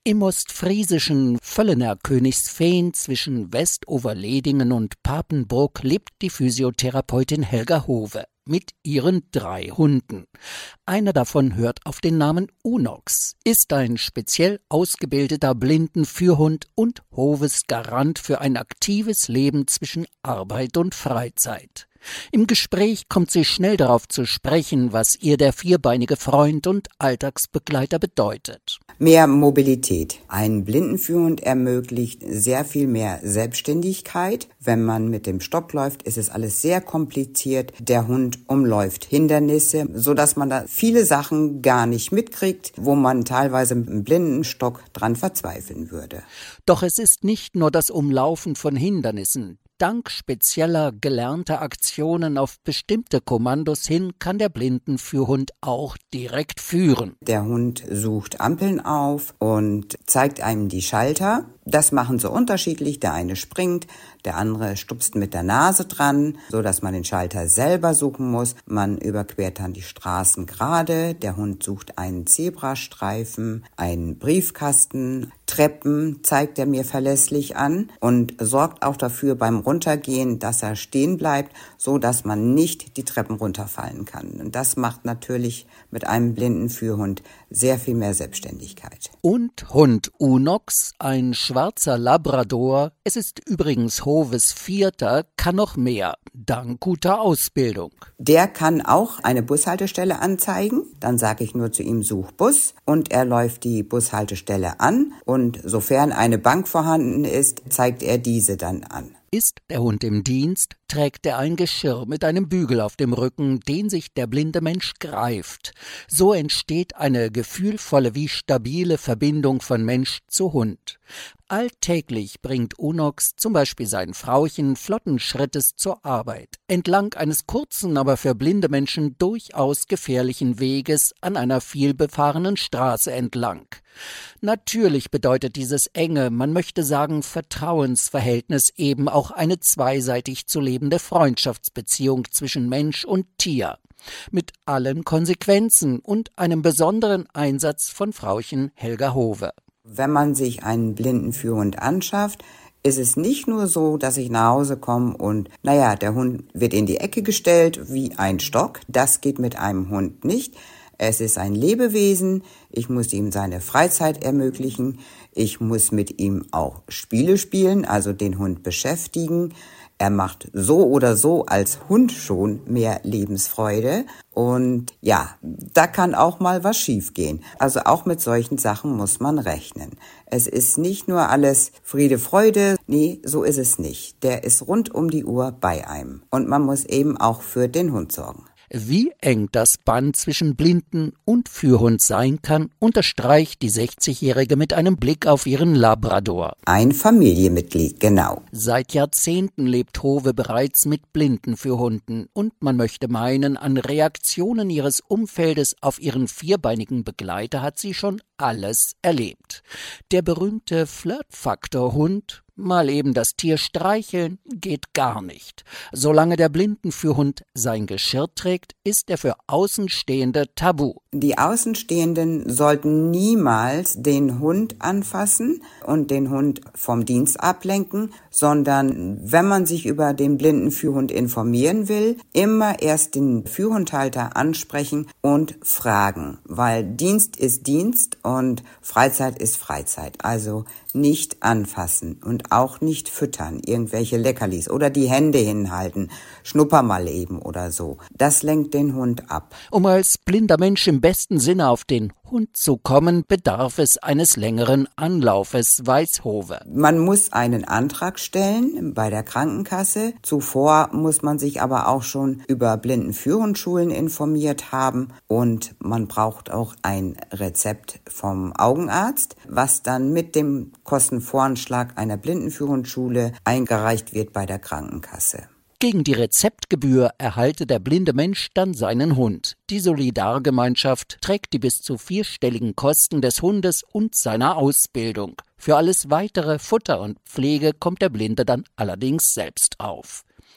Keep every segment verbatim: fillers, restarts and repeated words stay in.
Im ostfriesischen Völlener Königsveen zwischen Westoverledingen und Papenbroek lebt die Physiotherapeutin Helga Hove mit ihren drei Hunden. Einer davon hört auf den Namen Unox, ist ein speziell ausgebildeter Blindenführhund und Hoves Garant für ein aktives Leben zwischen Arbeit und Freizeit. Im Gespräch kommt sie schnell darauf zu sprechen, was ihr der vierbeinige Freund und Alltagsbegleiter bedeutet. Mehr Mobilität. Ein Blindenführhund ermöglicht sehr viel mehr Selbstständigkeit. Wenn man mit dem Stock läuft, ist es alles sehr kompliziert. Der Hund umläuft Hindernisse, sodass man da viele Sachen gar nicht mitkriegt, wo man teilweise mit einem Blindenstock dran verzweifeln würde. Doch es ist nicht nur das Umlaufen von Hindernissen. Dank spezieller gelernter Aktionen auf bestimmte Kommandos hin kann der Blindenführhund auch direkt führen. Der Hund sucht Ampeln auf und zeigt einem die Schalter. Das machen sie unterschiedlich. Der eine springt, der andere stupst mit der Nase dran, so dass man den Schalter selber suchen muss. Man überquert dann die Straßen gerade. Der Hund sucht einen Zebrastreifen, einen Briefkasten, Treppen zeigt er mir verlässlich an und sorgt auch dafür beim Runtergehen, dass er stehen bleibt, so dass man nicht die Treppen runterfallen kann. Und das macht natürlich mit einem Blindenführhund sehr viel mehr Selbstständigkeit. Und Hund Unox, ein schwarzer Labrador, es ist übrigens Hoves vierter, kann noch mehr, dank guter Ausbildung. Der kann auch eine Bushaltestelle anzeigen, dann sage ich nur zu ihm, such Bus, und er läuft die Bushaltestelle an und sofern eine Bank vorhanden ist, zeigt er diese dann an. Ist der Hund im Dienst, trägt er ein Geschirr mit einem Bügel auf dem Rücken, den sich der blinde Mensch greift. So entsteht eine gefühlvolle wie stabile Verbindung von Mensch zu Hund. Alltäglich bringt Unox zum Beispiel sein Frauchen flotten Schrittes zur Arbeit, entlang eines kurzen, aber für blinde Menschen durchaus gefährlichen Weges an einer vielbefahrenen Straße entlang. Natürlich bedeutet dieses enge, man möchte sagen Vertrauensverhältnis eben auch eine zweiseitig zu lebende Freundschaftsbeziehung zwischen Mensch und Tier. Mit allen Konsequenzen und einem besonderen Einsatz von Frauchen Helga Hove. Wenn man sich einen Blindenführhund anschafft, ist es nicht nur so, dass ich nach Hause komme und, naja, der Hund wird in die Ecke gestellt wie ein Stock. Das geht mit einem Hund nicht. Es ist ein Lebewesen. Ich muss ihm seine Freizeit ermöglichen. Ich muss mit ihm auch Spiele spielen, also den Hund beschäftigen. Er macht so oder so als Hund schon mehr Lebensfreude. Und ja, da kann auch mal was schiefgehen. Also auch mit solchen Sachen muss man rechnen. Es ist nicht nur alles Friede, Freude. Nee, so ist es nicht. Der ist rund um die Uhr bei einem. Und man muss eben auch für den Hund sorgen. Wie eng das Band zwischen Blinden und Führhund sein kann, unterstreicht die sechzigjährige mit einem Blick auf ihren Labrador. Ein Familienmitglied, genau. Seit Jahrzehnten lebt Hove bereits mit Blindenführhunden und man möchte meinen, an Reaktionen ihres Umfeldes auf ihren vierbeinigen Begleiter hat sie schon alles erlebt. Der berühmte Flirtfaktor-Hund, mal eben das Tier streicheln, geht gar nicht. Solange der Blindenführhund sein Geschirr trägt, ist er für Außenstehende tabu. Die Außenstehenden sollten niemals den Hund anfassen und den Hund vom Dienst ablenken, sondern wenn man sich über den Blindenführhund informieren will, immer erst den Führhundhalter ansprechen und fragen, weil Dienst ist Dienst und Freizeit ist Freizeit. Also nicht anfassen und auch nicht füttern, irgendwelche Leckerlis oder die Hände hinhalten, schnupper mal eben oder so. Das lenkt den Hund ab. Um als blinder Mensch im besten Sinne auf den Hund zu kommen, bedarf es eines längeren Anlaufes, weiß Hove. Man muss einen Antrag stellen bei der Krankenkasse. Zuvor muss man sich aber auch schon über Blindenführhundschulen informiert haben und man braucht auch ein Rezept vom Augenarzt, was dann mit dem Kostenvoranschlag einer Blindenführhundschule eingereicht wird bei der Krankenkasse. Gegen die Rezeptgebühr erhalte der blinde Mensch dann seinen Hund. Die Solidargemeinschaft trägt die bis zu vierstelligen Kosten des Hundes und seiner Ausbildung. Für alles weitere Futter und Pflege kommt der Blinde dann allerdings selbst auf.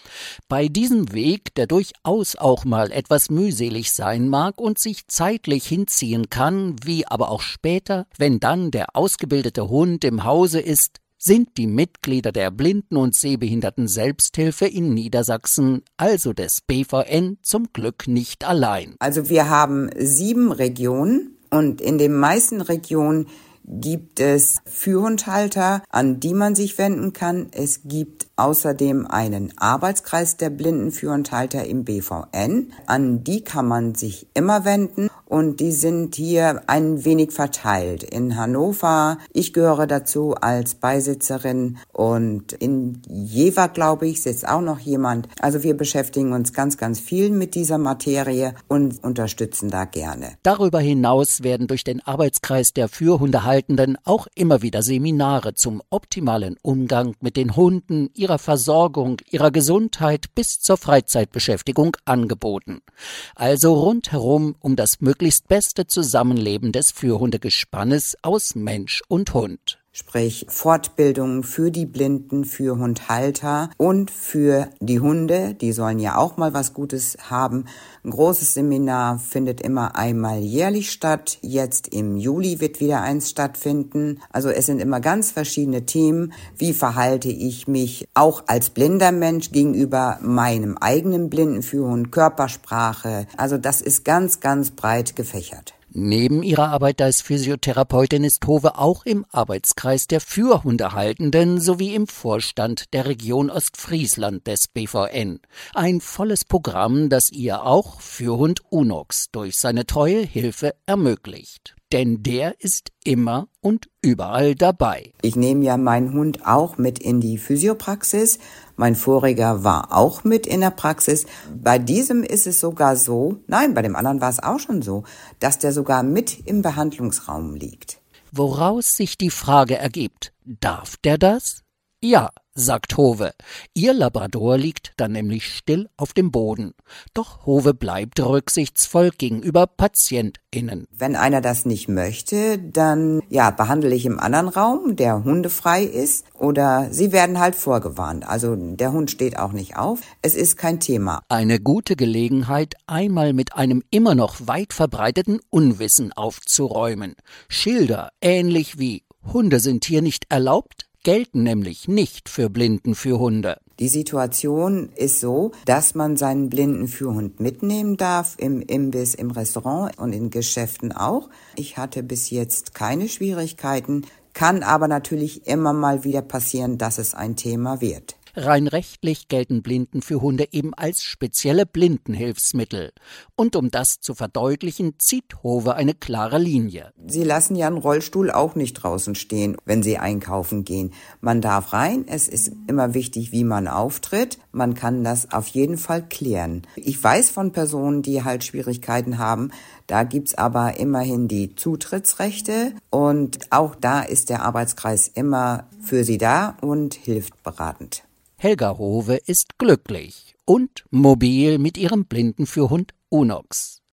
Bei diesem Weg, der durchaus auch mal etwas mühselig sein mag und sich zeitlich hinziehen kann, wie aber auch später, wenn dann der ausgebildete Hund im Hause ist, sind die Mitglieder der Blinden- und Sehbehinderten Selbsthilfe in Niedersachsen, also des B V N, zum Glück nicht allein. Also wir haben sieben Regionen und in den meisten Regionen gibt es Führhundhalter, an die man sich wenden kann. Es gibt außerdem einen Arbeitskreis der Blindenführhundhalter im B V N. An die kann man sich immer wenden und die sind hier ein wenig verteilt. In Hannover, ich gehöre dazu als Beisitzerin und in Jever, glaube ich, sitzt auch noch jemand. Also wir beschäftigen uns ganz, ganz viel mit dieser Materie und unterstützen da gerne. Darüber hinaus werden durch den Arbeitskreis der Führhundehaltenden auch immer wieder Seminare zum optimalen Umgang mit den Hunden, ihrer Versorgung, ihrer Gesundheit bis zur Freizeitbeschäftigung angeboten. Also rundherum um das möglichst beste Zusammenleben des Führhundegespannes aus Mensch und Hund. Sprich Fortbildungen für die blinden Führhundhalter und für die Hunde, die sollen ja auch mal was Gutes haben. Ein großes Seminar findet immer einmal jährlich statt. Jetzt im Juli wird wieder eins stattfinden. Also es sind immer ganz verschiedene Themen. Wie verhalte ich mich auch als blinder Mensch gegenüber meinem eigenen blinden Führhund, Körpersprache. Also das ist ganz, ganz breit gefächert. Neben ihrer Arbeit als Physiotherapeutin ist Hove auch im Arbeitskreis der Führhundehaltenden sowie im Vorstand der Region Ostfriesland des B V N. Ein volles Programm, das ihr auch Führhund Unox durch seine treue Hilfe ermöglicht. Denn der ist immer und überall dabei. Ich nehme ja meinen Hund auch mit in die Physiopraxis. Mein voriger war auch mit in der Praxis. Bei diesem ist es sogar so, nein, bei dem anderen war es auch schon so, dass der sogar mit im Behandlungsraum liegt. Woraus sich die Frage ergibt, darf der das? Ja, sagt Hove. Ihr Labrador liegt dann nämlich still auf dem Boden. Doch Hove bleibt rücksichtsvoll gegenüber PatientInnen. Wenn einer das nicht möchte, dann ja, behandle ich im anderen Raum, der hundefrei ist, oder sie werden halt vorgewarnt. Also der Hund steht auch nicht auf. Es ist kein Thema. Eine gute Gelegenheit, einmal mit einem immer noch weit verbreiteten Unwissen aufzuräumen. Schilder, ähnlich wie Hunde sind hier nicht erlaubt, gelten nämlich nicht für Blindenführhunde. Die Situation ist so, dass man seinen Blindenführhund mitnehmen darf, im Imbiss, im Restaurant und in Geschäften auch. Ich hatte bis jetzt keine Schwierigkeiten, kann aber natürlich immer mal wieder passieren, dass es ein Thema wird. Rein rechtlich gelten Blindenführhunde eben als spezielle Blindenhilfsmittel. Und um das zu verdeutlichen, zieht Hove eine klare Linie. Sie lassen ja einen Rollstuhl auch nicht draußen stehen, wenn Sie einkaufen gehen. Man darf rein, es ist immer wichtig, wie man auftritt. Man kann das auf jeden Fall klären. Ich weiß von Personen, die halt Schwierigkeiten haben, da gibt's aber immerhin die Zutrittsrechte und auch da ist der Arbeitskreis immer für Sie da und hilft beratend. Helga Hove ist glücklich und mobil mit ihrem Blindenführhund Unox.